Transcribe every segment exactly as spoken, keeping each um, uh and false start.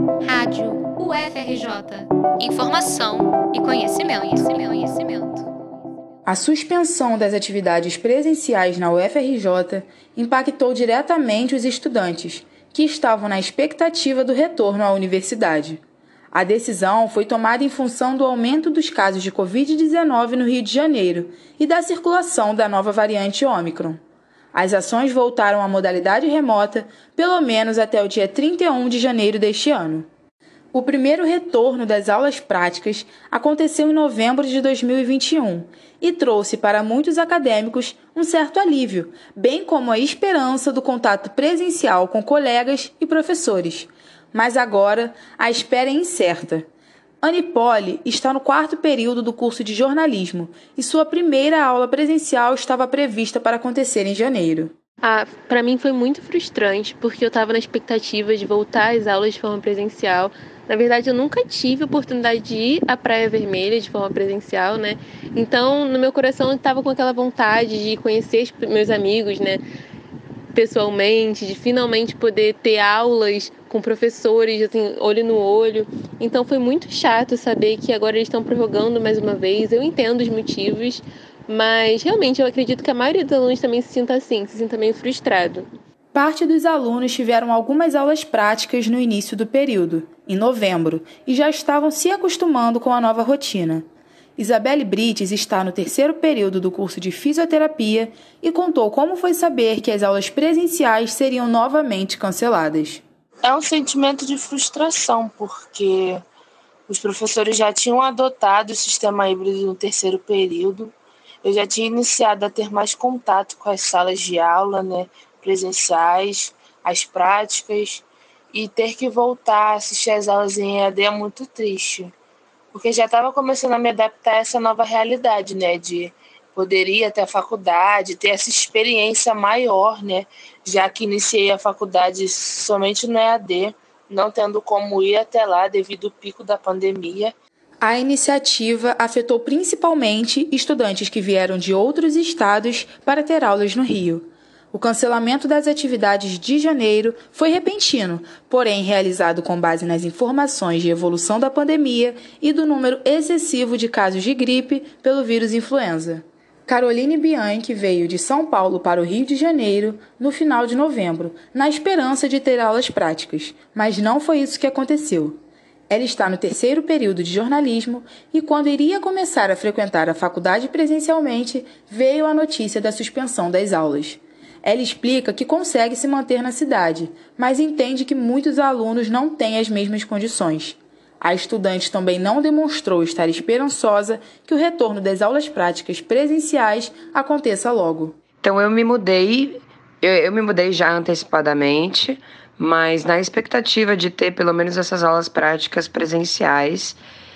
Rádio U F R J. Informação e conhecimento, conhecimento, conhecimento. A suspensão das atividades presenciais na U F R J impactou diretamente os estudantes, que estavam na expectativa do retorno à universidade. A decisão foi tomada em função do aumento dos casos de covid dezenove no Rio de Janeiro e da circulação da nova variante Ômicron. As ações voltaram à modalidade remota, pelo menos até o dia trinta e um de janeiro deste ano. O primeiro retorno das aulas práticas aconteceu em novembro de dois mil e vinte e um e trouxe para muitos acadêmicos um certo alívio, bem como a esperança do contato presencial com colegas e professores. Mas agora, a espera é incerta. Anne Poli está no quarto período do curso de jornalismo e sua primeira aula presencial estava prevista para acontecer em janeiro. Ah, para mim foi muito frustrante, porque eu estava na expectativa de voltar às aulas de forma presencial. Na verdade, eu nunca tive a oportunidade de ir à Praia Vermelha de forma presencial, né? Então, no meu coração, eu estava com aquela vontade de conhecer meus amigos, né? Pessoalmente, de finalmente poder ter aulas com professores, assim, olho no olho. Então, foi muito chato saber que agora eles estão prorrogando mais uma vez. Eu entendo os motivos, mas realmente eu acredito que a maioria dos alunos também se sinta assim, se sinta meio frustrado. Parte dos alunos tiveram algumas aulas práticas no início do período, em novembro, e já estavam se acostumando com a nova rotina. Isabelle Brites está no terceiro período do curso de fisioterapia e contou como foi saber que as aulas presenciais seriam novamente canceladas. É um sentimento de frustração, porque os professores já tinham adotado o sistema híbrido no terceiro período. Eu já tinha iniciado a ter mais contato com as salas de aula, né, presenciais, as práticas, e ter que voltar a assistir às aulas em E A D é muito triste, porque já estava começando a me adaptar a essa nova realidade, né, de poder ir até a faculdade, ter essa experiência maior, né, já que iniciei a faculdade somente no E A D, não tendo como ir até lá devido ao pico da pandemia. A iniciativa afetou principalmente estudantes que vieram de outros estados para ter aulas no Rio. O cancelamento das atividades de janeiro foi repentino, porém realizado com base nas informações de evolução da pandemia e do número excessivo de casos de gripe pelo vírus influenza. Caroline Bianchi veio de São Paulo para o Rio de Janeiro no final de novembro, na esperança de ter aulas práticas, mas não foi isso que aconteceu. Ela está no terceiro período de jornalismo e, quando iria começar a frequentar a faculdade presencialmente, veio a notícia da suspensão das aulas. Ela explica que consegue se manter na cidade, mas entende que muitos alunos não têm as mesmas condições. A estudante também não demonstrou estar esperançosa que o retorno das aulas práticas presenciais aconteça logo. Então eu me mudei, eu, eu me mudei já antecipadamente, mas na expectativa de ter pelo menos essas aulas práticas presenciais.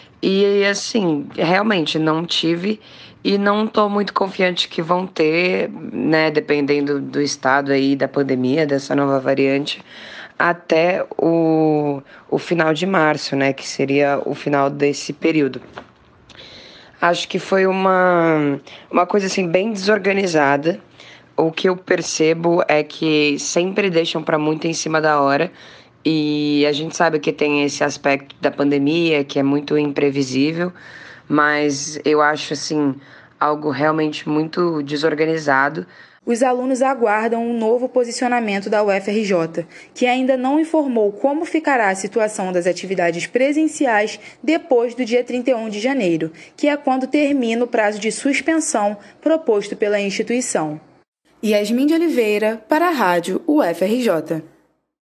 E assim, realmente não tive e não estou muito confiante que vão ter, né, dependendo do estado aí da pandemia, dessa nova variante, até o, o final de março, né, que seria o final desse período. Acho que foi uma, uma coisa assim bem desorganizada. O que eu percebo é que sempre deixam para muito em cima da hora. E a gente sabe que tem esse aspecto da pandemia, que é muito imprevisível, mas eu acho, assim, algo realmente muito desorganizado. Os alunos aguardam um novo posicionamento da U F R J, que ainda não informou como ficará a situação das atividades presenciais depois do dia trinta e um de janeiro, que é quando termina o prazo de suspensão proposto pela instituição. Yasmin de Oliveira, para a Rádio U F R J.